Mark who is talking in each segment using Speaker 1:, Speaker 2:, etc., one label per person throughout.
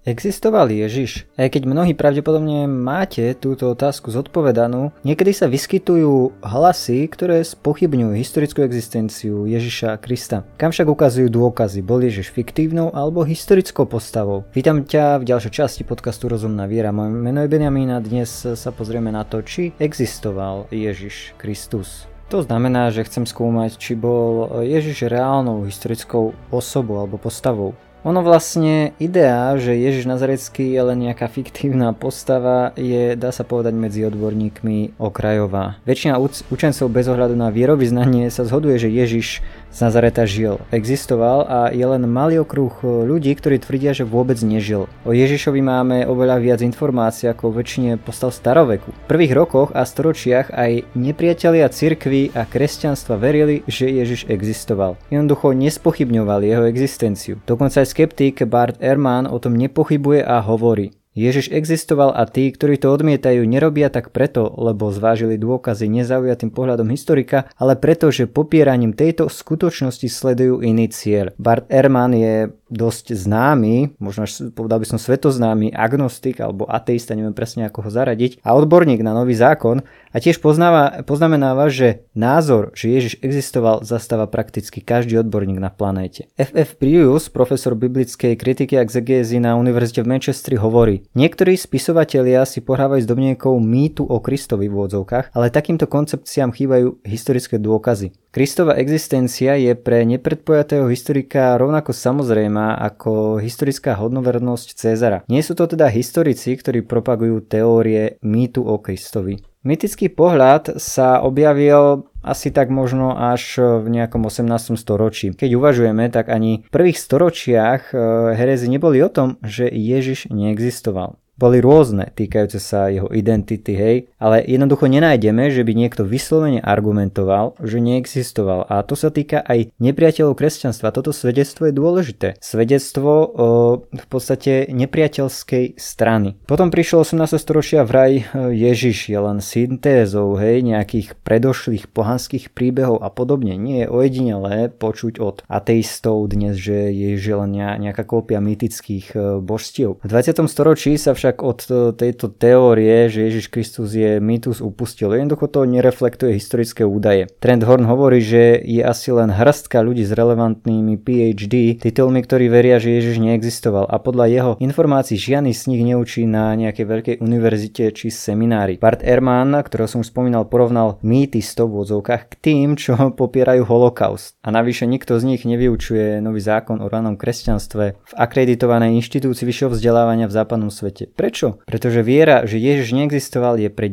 Speaker 1: Existoval Ježiš? Aj keď mnohí pravdepodobne máte túto otázku zodpovedanú, niekedy sa vyskytujú hlasy, ktoré spochybňujú historickú existenciu Ježiša Krista. Kam však ukazujú dôkazy, bol Ježiš fiktívnou alebo historickou postavou? Vítam ťa v ďalšej časti podcastu Rozumná viera. Moje meno je Benjamín a dnes sa pozrieme na to, či existoval Ježiš Kristus. To znamená, že chcem skúmať, či bol Ježiš reálnou historickou osobou alebo postavou. Ono vlastne idea, že Ježiš Nazarecký je len nejaká fiktívna postava, je, dá sa povedať, medzi odborníkmi okrajová. Väčšina učencov bez ohľadu na vierovyznanie sa zhoduje, že Ježiš z Nazareta žil, existoval a je len malý okruh ľudí, ktorí tvrdia, že vôbec nežil. O Ježišovi máme oveľa viac informácií ako väčšine postav staroveku. V prvých rokoch a storočiach aj nepriatelia cirkvi a kresťanstva verili, že Ježiš existoval. Jednoducho nespochybňovali jeho existenciu. Dokonca aj skeptik Bart Ehrman o tom nepochybuje a hovorí: Ježiš existoval a tí, ktorí to odmietajú, nerobia tak preto, lebo zvážili dôkazy nezaujatým pohľadom historika, ale preto, že popieraním tejto skutočnosti sledujú iný cieľ. Bart Ehrman je dosť známy, možno až povedal by som svetoznámy agnostik alebo ateista, neviem presne ako ho zaradiť, a odborník na Nový zákon a tiež poznamenáva, že názor, že Ježiš existoval, zastáva prakticky každý odborník na planéte. F.F. Bruce, profesor biblickej kritiky a exegézy na univerzite v Manchesteri, hovorí: niektorí spisovatelia si pohrávajú s domnienkou mýtu o Kristovi v úvodzovkách, ale takýmto koncepciám chýbajú historické dôkazy. Kristova existencia je pre nepredpojatého historika rovnako samozrejmá ako historická hodnovernosť Cézara. Nie sú to teda historici, ktorí propagujú teórie mýtu o Kristovi. Mýtický pohľad sa objavil asi tak možno až v nejakom 18. storočí. Keď uvažujeme, tak ani v prvých storočiach herézy neboli o tom, že Ježiš neexistoval. Boli rôzne, týkajúce sa jeho identity, hej, ale jednoducho nenájdeme, že by niekto vyslovene argumentoval, že neexistoval. A to sa týka aj nepriateľov kresťanstva. Toto svedectvo je dôležité. Svedectvo v podstate nepriateľskej strany. Potom prišlo 18. storočia, vraj Ježiš je len syntézou, hej, nejakých predošlých pohanských príbehov a podobne. Nie je ojedinelé počuť od ateistov dnes, že Ježiš je len nejaká kópia mýtických božstiev. V 20. storočí sa však od tejto teórie, že Ježiš Kristus je mýtus, upustil. Jednoducho to nereflektuje historické údaje. Trent Horn hovorí, že je asi len hrstka ľudí s relevantnými PhD titulmi, ktorí veria, že Ježiš neexistoval, a podľa jeho informácií žiadny z nich neučí na nejakej veľkej univerzite či seminári. Bart Ehrman, ktorého som už spomínal, porovnal mýtistov v odzovkách k tým, čo popierajú holokaust. A navyše nikto z nich nevyučuje Nový zákon o ranom kresťanstve v akreditovanej inštitúcii vyššieho vzdelávania v západnom svete. Prečo? Pretože viera, že Ježiš neexistoval, je pre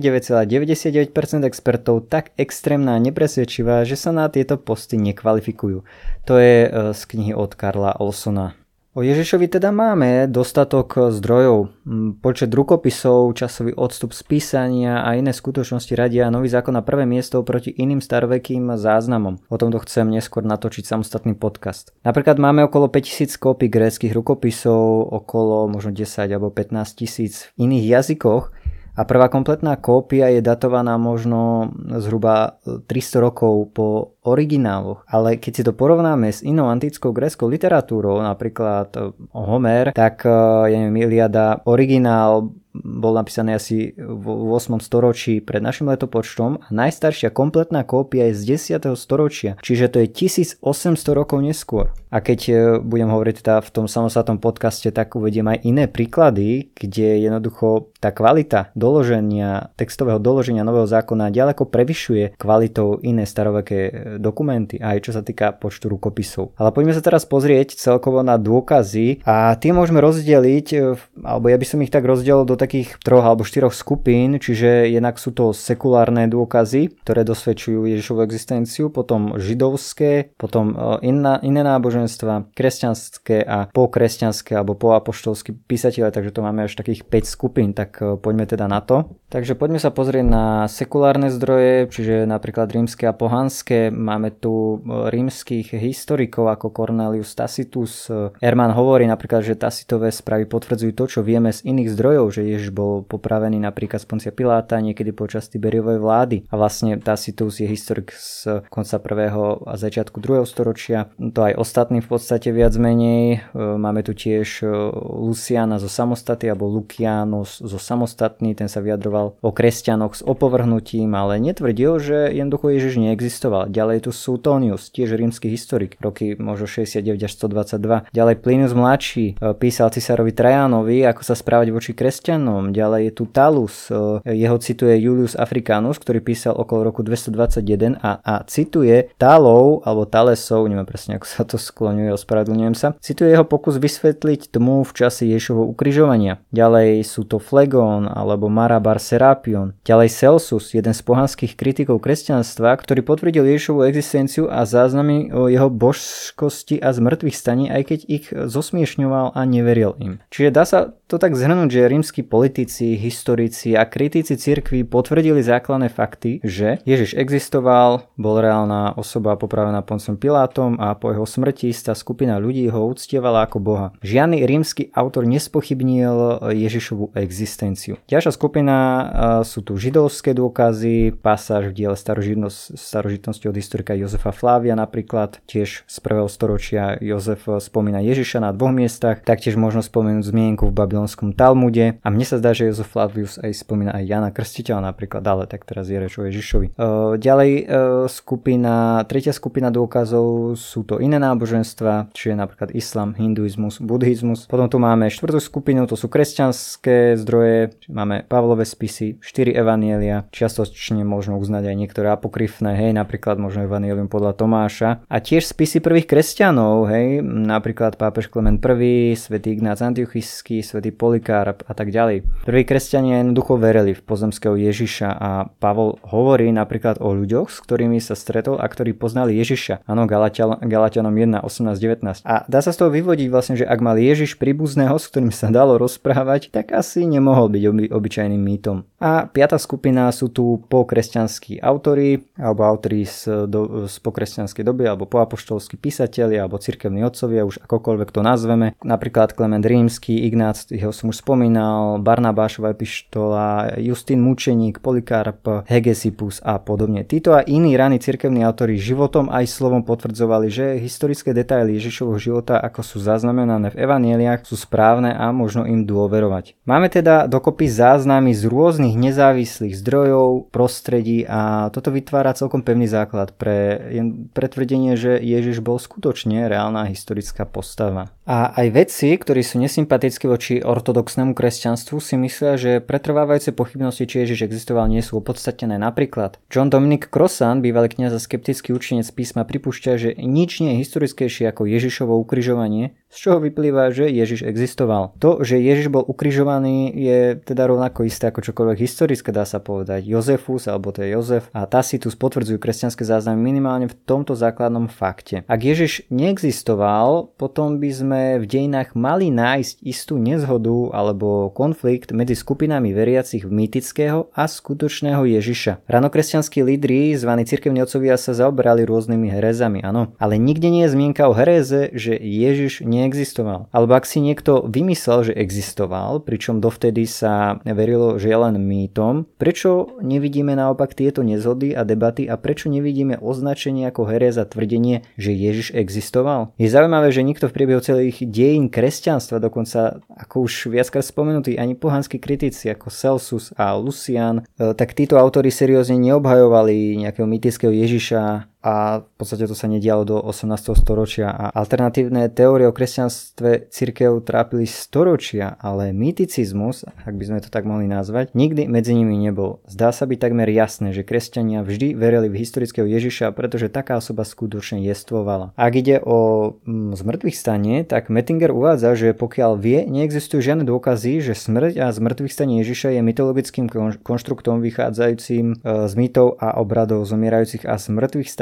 Speaker 1: 99,99% expertov tak extrémna a nepresvedčivá, že sa na tieto posty nekvalifikujú. To je z knihy od Karla Olsona. O Ježišovi teda máme dostatok zdrojov. Počet rukopisov, časový odstup z písania a iné skutočnosti radia Nový zákon na prvé miesto proti iným starovekým záznamom. O tomto chcem neskôr natočiť samostatný podcast. Napríklad máme okolo 5000 kópií gréckych rukopisov, okolo možno 10 alebo 15 000 v iných jazykoch. A prvá kompletná kópia je datovaná možno zhruba 300 rokov po origináloch. Ale keď si to porovnáme s inou antickou gréckou literatúrou, napríklad Homer, tak Iliada, originál bol napísaný asi v 8. storočí pred našim letopočtom a najstaršia kompletná kópia je z 10. storočia, čiže to je 1800 rokov neskôr. A keď budem hovoriť teda v tom samostatnom podcaste, tak uvediem aj iné príklady, kde jednoducho tá kvalita textového doloženia Nového zákona ďaleko prevyšuje kvalitou iné staroveké dokumenty, aj čo sa týka počtu rukopisov. Ale poďme sa teraz pozrieť celkovo na dôkazy a tie môžeme rozdeliť, alebo ja by som ich tak rozdelil do takých 3 alebo 4 skupín, čiže jednak sú to sekulárne dôkazy, ktoré dosvedčujú Ježišovu existenciu, potom židovské, potom iné náboženstva, kresťanské a pokresťanské alebo poapoštolské písatelia, takže to máme až takých 5 skupín, tak poďme teda na to. Takže poďme sa pozrieť na sekulárne zdroje, čiže napríklad rímske a pohanské. Máme tu rímskych historikov ako Cornelius Tacitus. Ehrman hovorí napríklad, že Tacitové správy potvrdzujú to, čo vieme z iných zdrojov, že Ježiš Ježiš bol popravený napríklad z Poncia Piláta niekedy počas Tiberiovej vlády. A vlastne Tacitus je historik z konca 1. a začiatku 2. storočia. To aj ostatní v podstate viac menej. Máme tu tiež Luciana zo Samostaty alebo Lucianus zo Samostatný, ten sa vyjadroval o kresťanoch s opovrhnutím, ale netvrdil, že jednoducho Ježiš neexistoval. Ďalej tu Suetonius, tiež rímsky historik, roky možno 69 až 122. Ďalej Plinius mladší písal cisárovi Trajanovi, ako sa správať voči kresťanom. Ďalej je tu Talus, jeho cituje Julius Africanus, ktorý písal okolo roku 221 a cituje Talov alebo Talesov, neviem presne ako sa to skloňuje, ospravedlňujem sa. Cituje jeho pokus vysvetliť tmu v čase Ježišovho ukrižovania. Ďalej sú to Flegon alebo Marabar Serapion. Ďalej Celsus, jeden z pohanských kritikov kresťanstva, ktorý potvrdil Ježišovu existenciu a záznamy o jeho božskosti a zmrtvých staní, aj keď ich zosmiešňoval a neveril im. Čiže dá sa to tak zhrnúť, že rímski politici, historici a kritici cirkvi potvrdili základné fakty, že Ježiš existoval, bol reálna osoba popravená Ponciom Pilátom a po jeho smrti tá skupina ľudí ho uctievala ako boha. Žiadny rímsky autor nespochybnil Ježišovu existenciu. Ďalšia skupina sú tu židovské dôkazy, pasáž v diele starožitnosti od historika Jozefa Flávia napríklad, tiež z 1. storočia Jozef spomína Ježiša na 2 miestach, taktiež možno spomenúť zmienku v babylonskom Talmude a mne sa zdá, že Jozef Flavius aj spomína aj Jana Krstiteľa napríklad, ale tak teraz je reč o Ježišovi. Ďalej tretia skupina dôkazov sú to iné náboženstva, čiže napríklad islam, hinduizmus, buddhizmus. Potom tu máme 4. skupinu, to sú kresťanské zdroje, máme Pavlové spisy, 4 evanielia, čiastočne možno uznať aj niektoré apokryfné, hej, napríklad možno evanjelium podľa Tomáša a tiež spisy prvých kresťanov, hej, napríklad pápež Klement I, svätý Ignác Antiochijský, svätý Polikarp a tak ďalej. Prví kresťania jednoducho verili v pozemského Ježiša a Pavol hovorí napríklad o ľuďoch, s ktorými sa stretol a ktorí poznali Ježiša. Áno, Galatianom 1, 18, 19. A dá sa z toho vyvodiť vlastne, že ak mal Ježiš príbuzného, s ktorým sa dalo rozprávať, tak asi nemohol byť obyčajným mýtom. A 5. skupina sú tu pokresťanskí autori, alebo autori z pokresťanskej doby, alebo poapoštolskí písatelia, alebo cirkevní otcovia, už akokoľvek to nazveme. Napríklad Klement Rímsky, Ignác, jeho som už spomínal, Barnabášova epištola, Justín Mučeník, Polikarp, Hegesippus a podobne. Títo a iní raní cirkevní autori životom aj slovom potvrdzovali, že historické detaily Ježišovho života, ako sú zaznamenané v evanjeliách, sú správne a možno im dôverovať. Máme teda dokopy záznamy z rôznych nezávislých zdrojov, prostredí a toto vytvára celkom pevný základ pre tvrdenie, že Ježiš bol skutočne reálna historická postava. A aj vedci, ktorí sú nesympatickí voči ortodoxnému kresťanstvu, si myslia, že pretrvávajúce pochybnosti, či Ježiš existoval, nie sú opodstatnené. Napríklad John Dominic Crossan, bývalý kňaz a skeptický učenec písma, pripúšťa, že nič nie je historickejšie ako Ježišovo ukrižovanie, z čoho vyplýva, že Ježiš existoval. To, že Ježiš bol ukrižovaný, je teda rovnako isté ako čokoľvek historické, dá sa povedať. Jozefus, alebo to je Jozef, a Tacitus potvrdzujú kresťanské záznamy minimálne v tomto základnom fakte. Ak Ježiš neexistoval, potom by sme v dejinách mali nájsť istú nezhodu alebo konflikt medzi skupinami veriacich v mýtického a skutočného Ježiša. Ranokresťanskí lídri, zvaní cirkevní otcovia, sa zaoberali rôznymi herezami, áno, ale nikde nie je zmienka o heréze, že Ježiš neexistoval. Alebo ak si niekto vymyslel, že existoval, pričom dovtedy sa verilo, že je len mýtom, prečo nevidíme naopak tieto nezhody a debaty a prečo nevidíme označenie ako heréza tvrdenie, že Ježiš existoval? Je zaujímavé, že nikto v priebehu celých dejín kresťanstva, dokonca ako už viackrát spomenutí, ani pohanskí kritici ako Celsus a Lucian, tak títo autori seriózne neobhajovali nejakého mýtického Ježiša a v podstate to sa nedialo do 18. storočia a alternatívne teórie o kresťanstve cirkev trápili storočia, ale mýticizmus, ak by sme to tak mohli nazvať, nikdy medzi nimi nebol. Zdá sa byť takmer jasné, že kresťania vždy verili v historického Ježiša, pretože taká osoba skutočne jestvovala. Ak ide o zmrtvých stanie, tak Mettinger uvádza, že pokiaľ vie, neexistujú žiadne dôkazy, že smrť a zmrtvých stanie Ježiša je mytologickým konštruktom vychádzajúcim z mýtov a obradov zomierajúcich a zmrtvých stajú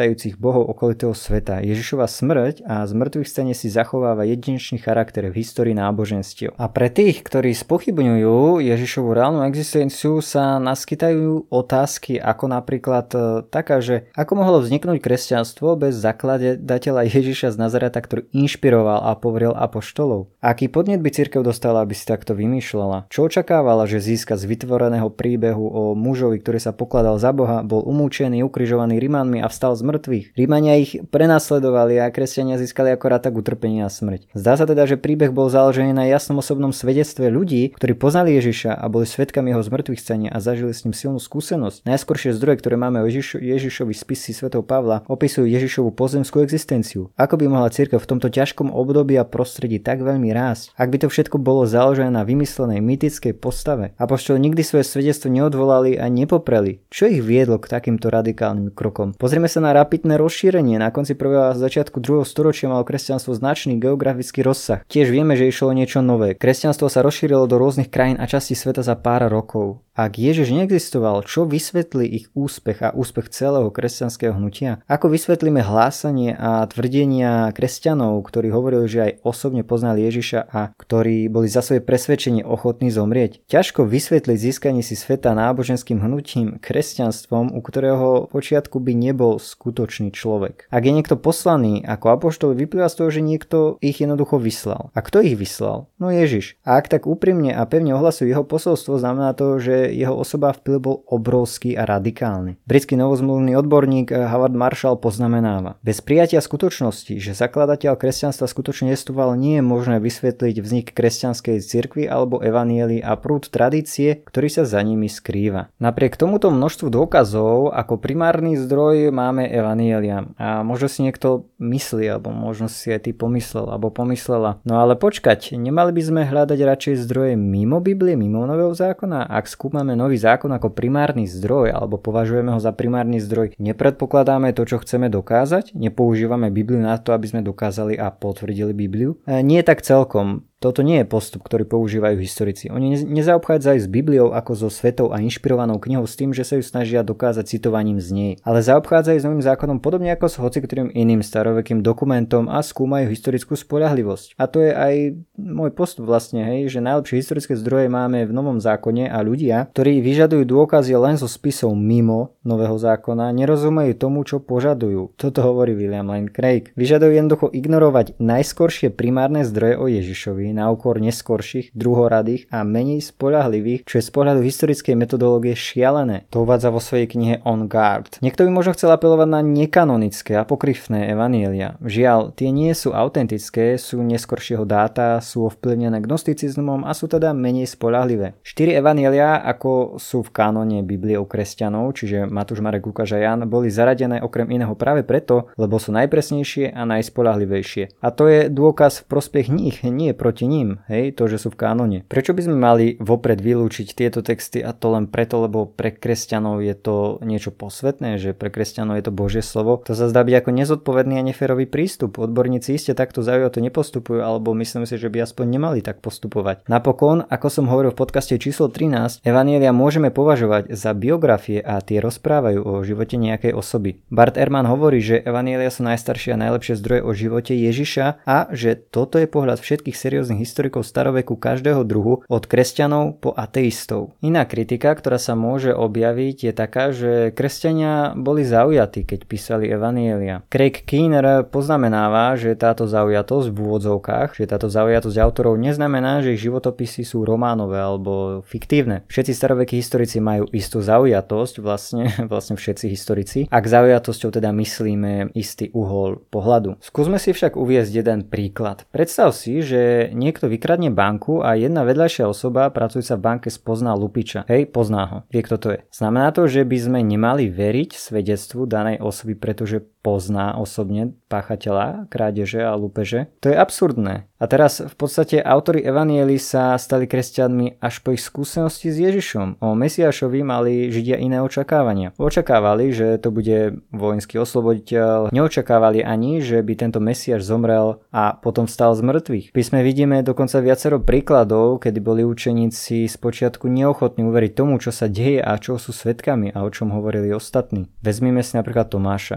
Speaker 1: uctievajúcich bohov okolitého sveta. Ježišova smrť a zmrtvých stane si zachováva jedinečný charakter v histórii náboženstiev. A pre tých, ktorí spochybňujú Ježišovu reálnu existenciu, sa naskytajú otázky ako napríklad taká, že ako mohlo vzniknúť kresťanstvo bez zakladateľa Ježiša z Nazareta, ktorý inšpiroval a poveril apoštolov? Aký podnet by cirkev dostala, aby si takto vymýšľala? Čo očakávala, že získa z vytvoreného príbehu o mužovi, ktorý sa pokladal za Boha, bol umúčený, ukrižovaný Rimanmi a vstal z mŕtvych? Rimania ich prenasledovali a kresťania získali akorát tak utrpenie a smrť. Zdá sa teda, že príbeh bol založený na jasnom osobnom svedectve ľudí, ktorí poznali Ježiša a boli svedkami jeho zmrtvých stania a zažili s ním silnú skúsenosť. Najskoršie zdroje, ktoré máme o Ježišovi spisy svätého Pavla, opisujú Ježišovu pozemskú existenciu. Ako by mohla cirkev v tomto ťažkom období a prostredí tak veľmi rásť, ak by to všetko bolo založené na vymyslenej mytickej postave? Apoštoli nikdy svoje svedectvo neodvolali a nepopreli. Čo ich viedlo k takýmto radikálnym krokom? Pozrieme sa na rapidné rozšírenie. Na konci prvého a začiatku druhého storočia malo kresťanstvo značný geografický rozsah. Tiež vieme, že išlo o niečo nové. Kresťanstvo sa rozšírilo do rôznych krajín a častí sveta za pár rokov. Ak Ježiš neexistoval, čo vysvetlí ich úspech a úspech celého kresťanského hnutia? Ako vysvetlíme hlásanie a tvrdenia kresťanov, ktorí hovorili, že aj osobne poznali Ježiša a ktorí boli za svoje presvedčenie ochotní zomrieť? Ťažko vysvetliť získanie si sveta náboženským hnutím, kresťanstvom, u ktorého počiatku by nebol skutočný človek. Ak je niekto poslaný ako apoštol, vyplýva z toho, že niekto ich jednoducho vyslal. A kto ich vyslal? No Ježiš. A ak tak úprimne a pevne ohlasujú jeho posolstvo, znamená to, že jeho osoba vplyv bol obrovský a radikálny. Britský novozmluvný odborník Howard Marshall poznamenáva: bez prijatia skutočnosti, že zakladateľ kresťanstva skutočne existoval, nie je možné vysvetliť vznik kresťanskej cirkvi alebo evanjelií a prúd tradície, ktorý sa za nimi skrýva. Napriek tomuto množstvu dôkazov ako primárny zdroj máme evanjelia. A možno si niekto myslí, alebo možno si aj ty pomyslel alebo pomyslela: no ale počkať, nemali by sme hľadať radšej zdroje mimo Biblie, mimo Nového zákona? Ak skúmame Nový zákon ako primárny zdroj alebo považujeme ho za primárny zdroj, nepredpokladáme to, čo chceme dokázať? Nepoužívame Bibliu na to, aby sme dokázali a potvrdili Bibliu? Nie tak celkom. Toto nie je postup, ktorý používajú historici. Oni nezaobchádzajú s Bibliou ako so svetou a inšpirovanou knihou s tým, že sa ju snažia dokázať citovaním z nej, ale zaobchádzajú s Novým zákonom podobne ako s hociktorým iným starovekým dokumentom a skúmajú historickú spoľahlivosť. A to je aj môj postup vlastne, hej, že najlepšie historické zdroje máme v Novom zákone a ľudia, ktorí vyžadujú dôkazy len zo spisov mimo Nového zákona, nerozumejú tomu, čo požadujú. Toto hovorí William Lane Craig. Vyžadujú jednoducho ignorovať najskoršie primárne zdroje o Ježišovi na úkor neskorších, druhoradých a menej spoľahlivých, čo je z pohľadu historickej metodológie šialené. To uvádza vo svojej knihe On Guard. Niekto by možno chcel apelovať na nekanonické, apokryfné evanjelia. Žiaľ, tie nie sú autentické, sú neskoršieho dáta, sú ovplyvnené gnosticizmom a sú teda menej spoľahlivé. 4 evanjelia, ako sú v kanóne Biblie u kresťanov, čiže Matúš, Marek, Lukáš a Ján, boli zaradené okrem iného práve preto, lebo sú najpresnejšie a najspoľahlivejšie. A to je dôkaz v prospech nich, nie proti ním, hej, to, že sú v kánone. Prečo by sme mali vopred vylúčiť tieto texty, a to len preto, lebo pre kresťanov je to niečo posvetné, že pre kresťanov je to Božie slovo? To sa zdá byť ako nezodpovedný a neférový prístup. Odborníci iste takto zaujato nepostupujú, alebo myslím si, že by aspoň nemali tak postupovať. Napokon, ako som hovoril v podcaste číslo 13, evanjelia môžeme považovať za biografie a tie rozprávajú o živote nejakej osoby. Bart Ehrman hovorí, že evanjelia sú najstaršie a najlepšie zdroje o živote Ježiša a že toto je pohľad všetkých serióznych historikov staroveku každého druhu, od kresťanov po ateistov. Iná kritika, ktorá sa môže objaviť, je taká, že kresťania boli zaujatí, keď písali evanjelia. Craig Keener poznamenáva, že táto zaujatosť v úvodzovkách, že táto zaujatosť autorov neznamená, že ich životopisy sú románové alebo fiktívne. Všetci starovekí historici majú istú zaujatosť, vlastne všetci historici, ak zaujatosťou teda myslíme istý uhol pohľadu. Skúsme si však uviesť jeden príklad. Predstav si, že niekto vykradne banku a jedna vedľajšia osoba pracujúca v banke spozná lupiča. Hej, pozná ho. Vie, kto to je. Znamená to, že by sme nemali veriť svedectvu danej osoby, pretože pozná osobne páchateľa krádeže a lupeže? To je absurdné. A teraz v podstate autori evanjelií sa stali kresťanmi až po ich skúsenosti s Ježišom. O Mesiášovi mali Židia iné očakávania. Očakávali, že to bude vojenský osloboditeľ. Neočakávali ani, že by tento Mesiáš zomrel a potom vstal z mŕtvych. V písme vidíme dokonca viacero príkladov, kedy boli učeníci spočiatku neochotní uveriť tomu, čo sa deje a čo sú svedkami a o čom hovorili ostatní. Vezmime si napríklad Tomáša.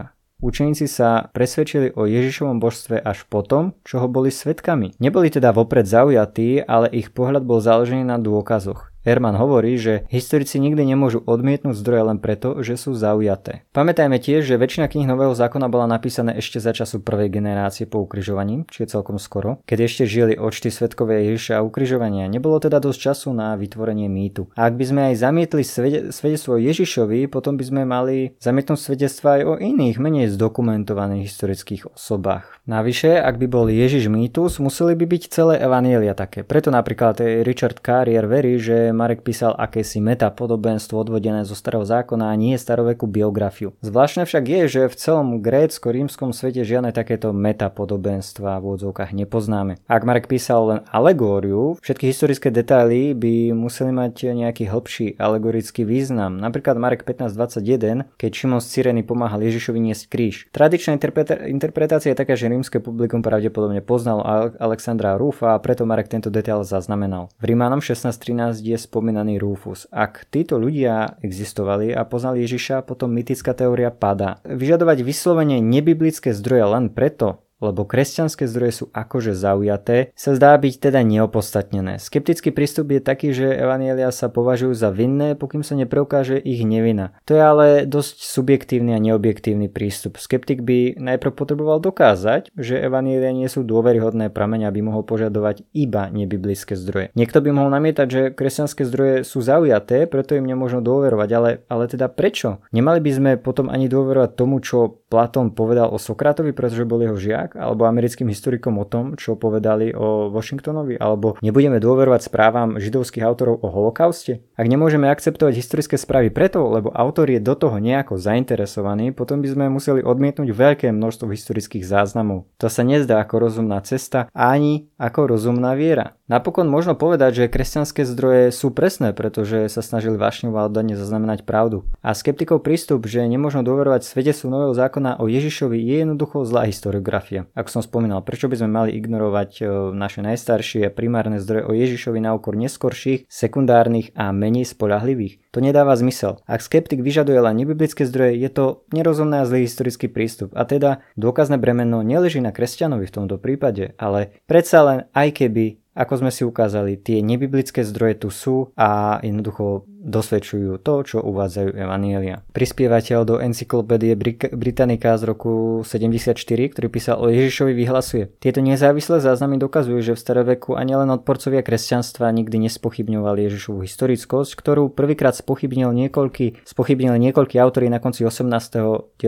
Speaker 1: Učeníci sa presvedčili o Ježišovom božstve až potom, čo ho boli svedkami. Neboli teda vopred zaujatí, ale ich pohľad bol založený na dôkazoch. Ehrman hovorí, že historici nikdy nemôžu odmietnúť zdroje len preto, že sú zaujaté. Pamätajme tiež, že väčšina kníh Nového zákona bola napísaná ešte za času prvej generácie po ukrižovaní, čiže celkom skoro, keď ešte žili očty svedkovia Ježiša a ukrižovania. Nebolo teda dosť času na vytvorenie mýtu. A ak by sme aj zamietli svedectvo Ježišovi, potom by sme mali zamietnúť svedectva aj o iných, menej zdokumentovaných historických osobách. Navyše, ak by bol Ježiš mýtus, museli by byť celé evanjelia také. Preto napríklad Richard Carrier verí, že Marek písal akési metapodobenstvo odvodené zo Starého zákona a nie starovekú biografiu. Zvláštne však je, že v celom grécko-rímskom svete žiadne takéto metapodobenstva v odzvukách nepoznáme. Ak Marek písal len alegóriu, všetky historické detaily by museli mať nejaký hĺbší alegorický význam. Napríklad Marek 15.21, keď Šimon z Cyreny pomáhal Ježišovi niesť kríž. Tradičná interpretácia je taká, že rímske publikum pravdepodobne poznalo Alexandra Rúfa a preto Marek tento detail zaznamenal. V Rímanom 16.13 je spomínaný Rúfus. Ak títo ľudia existovali a poznali Ježiša, potom mytická teória padá. Vyžadovať vyslovene nebiblické zdroje len preto, lebo kresťanské zdroje sú akože zaujaté, sa zdá byť teda neopodstatnené. Skeptický prístup je taký, že evanjelia sa považujú za vinné, pokým sa nepreukáže ich nevina. To je ale dosť subjektívny a neobjektívny prístup. Skeptik by najprv potreboval dokázať, že evanjelia nie sú dôveryhodné pramene, aby mohol požadovať iba nebiblické zdroje. Niekto by mohol namietať, že kresťanské zdroje sú zaujaté, preto im nemôžno dôverovať, ale teda prečo? Nemali by sme potom ani dôverovať tomu, čo Platón povedal o Sokratovi, pretože bol jeho žiak, alebo americkým historikom o tom, čo povedali o Washingtonovi, alebo nebudeme dôverovať správam židovských autorov o holokauste? Ak nemôžeme akceptovať historické správy preto, lebo autor je do toho nejako zainteresovaný, potom by sme museli odmietnúť veľké množstvo historických záznamov. To sa nezdá ako rozumná cesta ani ako rozumná viera. Napokon možno povedať, že kresťanské zdroje sú presné, pretože sa snažili vášňovo a oddane zaznamenať pravdu. A skeptikov prístup, že nemôžno dôverovať svedectvu Nového zákona o Ježišovi, je jednoducho zlá historiografia. Ako som spomínal, prečo by sme mali ignorovať naše najstaršie primárne zdroje o Ježišovi na úkor neskorších, sekundárnych a menej spoľahlivých? To nedáva zmysel. Ak skeptik vyžaduje len nebiblické zdroje, je to nerozumný a zlý historický prístup. A teda dôkazné bremeno neleží na kresťanovi v tomto prípade, ale predsa len aj keby, ako sme si ukázali, tie nebiblické zdroje tu sú a jednoducho dosvedčujú to, čo uvádzajú evanjelia. Prispievateľ do encyklopédie Britannica z roku 74, ktorý písal o Ježišovi, vyhlasuje: tieto nezávislé záznamy dokazujú, že v staroveku ani len odporcovia kresťanstva nikdy nespochybňovali Ježišovu historickosť, ktorú prvýkrát spochybnili niekoľkí autori na konci 18., 19.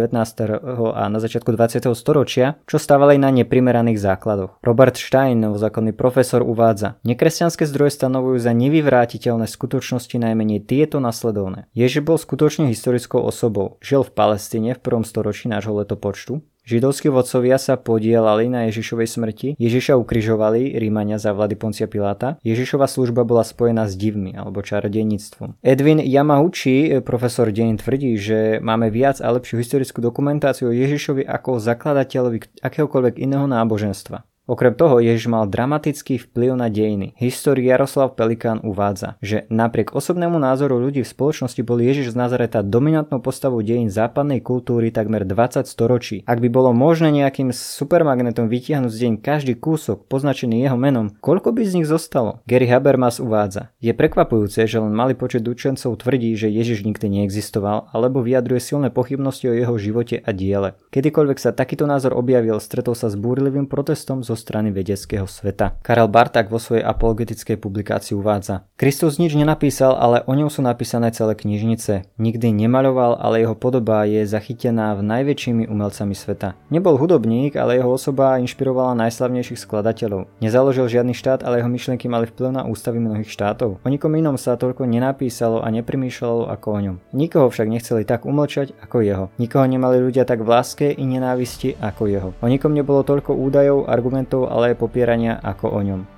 Speaker 1: a na začiatku 20. storočia, čo stávali na neprimeraných základoch. Robert Stein, novozákonný profesor, uvádza: nekresťanské zdroje stanovujú za nevyvrátiteľné skutočnosti najmenej tieto nasledovné. Ježiš bol skutočne historickou osobou. Žil v Palestíne v 1. storočí nášho letopočtu. Židovskí vodcovia sa podielali na Ježišovej smrti, Ježiša ukrižovali Rímania za vlády Poncia Piláta, Ježišova služba bola spojená s divmi alebo čarodejníctvom. Edwin Yamauchi, profesor dejín, tvrdí, že máme viac a lepšiu historickú dokumentáciu o Ježišovi ako o zakladateľovi akéhokoľvek iného náboženstva. Okrem toho Ježiš mal dramatický vplyv na dejiny. Historik Jaroslav Pelikán uvádza, že napriek osobnému názoru ľudí v spoločnosti bol Ježiš z Nazareta dominantnou postavou dejín západnej kultúry takmer 20 storočí. Ak by bolo možné nejakým supermagnetom vytiahnuť z deň každý kúsok poznačený jeho menom, koľko by z nich zostalo? Gary Habermas uvádza: je prekvapujúce, že len malý počet učencov tvrdí, že Ježiš nikdy neexistoval, alebo vyjadruje silné pochybnosti o jeho živote a diele. Kedykoľvek sa takýto názor objavil, stretol sa s búrlivým protestom zo strany vedeckého sveta. Karel Barták vo svojej apologetickej publikácii uvádza: Kristus nič nenapísal, ale o ňom sú napísané celé knižnice. Nikdy nemaľoval, ale jeho podoba je zachytená v najväčšími umelcami sveta. Nebol hudobník, ale jeho osoba inšpirovala najslavnejších skladateľov. Nezaložil žiadny štát, ale jeho myšlienky mali vplyv na ústavy mnohých štátov. O nikom inom sa toľko nenapísalo a neprimýšľalo ako o ňom. Nikoho však nechceli tak umlčať ako jeho. Nikoho nemali ľudia tak v láske i nenávisti ako jeho. O nikom nebolo toľko údajov, argumentov, ale aj popierania ako o ňom.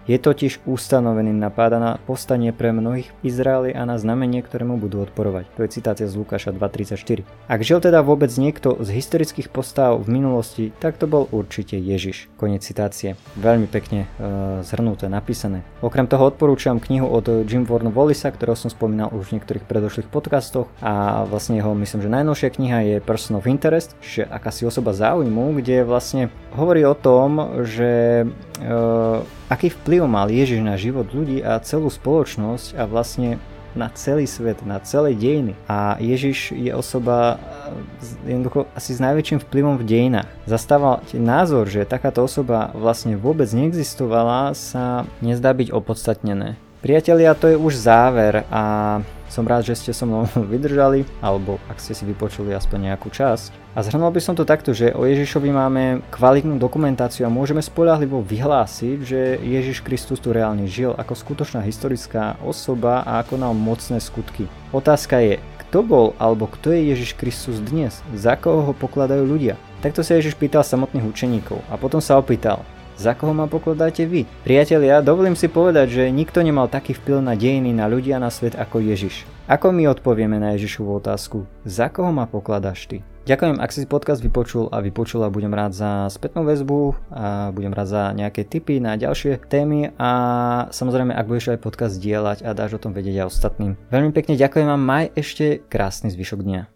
Speaker 1: Je totiž ustanovený na páda na povstanie pre mnohých v Izraeli a na znamenie, ktorému budú odporovať. To je citácia z Lukáša 2.34. Ak žil teda vôbec niekto z historických postav v minulosti, tak to bol určite Ježiš. Koniec citácie. Veľmi pekne zhrnuté, napísané. Okrem toho odporúčam knihu od Jim Warren Wallisa, ktorého som spomínal už v niektorých predošlých podcastoch a vlastne jeho, myslím, že najnovšia kniha je Person of Interest, čiže akási osoba záujmu, kde vlastne hovorí o tom, že aký vplyv mal Ježiš na život ľudí a celú spoločnosť a vlastne na celý svet, na celé dejiny. A Ježiš je osoba jednoducho asi s najväčším vplyvom v dejinách. Zastával názor, že takáto osoba vlastne vôbec neexistovala, sa nezdá byť opodstatnené. Priatelia, to je už záver a som rád, že ste so mnou vydržali, alebo ak ste si vypočuli aspoň nejakú časť. A zhrnul by som to takto, že o Ježišovi máme kvalitnú dokumentáciu a môžeme spoľahlivo vyhlásiť, že Ježiš Kristus tu reálne žil ako skutočná historická osoba a konal mocné skutky. Otázka je, kto bol alebo kto je Ježiš Kristus dnes? Za koho ho pokladajú ľudia? Takto sa Ježiš pýtal samotných učeníkov a potom sa opýtal: za koho ma pokladáte vy? Priatelia, dovolím si povedať, že nikto nemal taký vplyv na dejiny, na ľudia, na svet ako Ježiš. Ako my odpovieme na Ježišovu otázku? Za koho ma pokladáš ty? Ďakujem, ak si podcast vypočula, budem rád za spätnú väzbu a budem rád za nejaké tipy na ďalšie témy a samozrejme, ak budeš aj podcast dielať a dáš o tom vedieť aj ostatným. Veľmi pekne ďakujem a maj ešte krásny zvyšok dňa.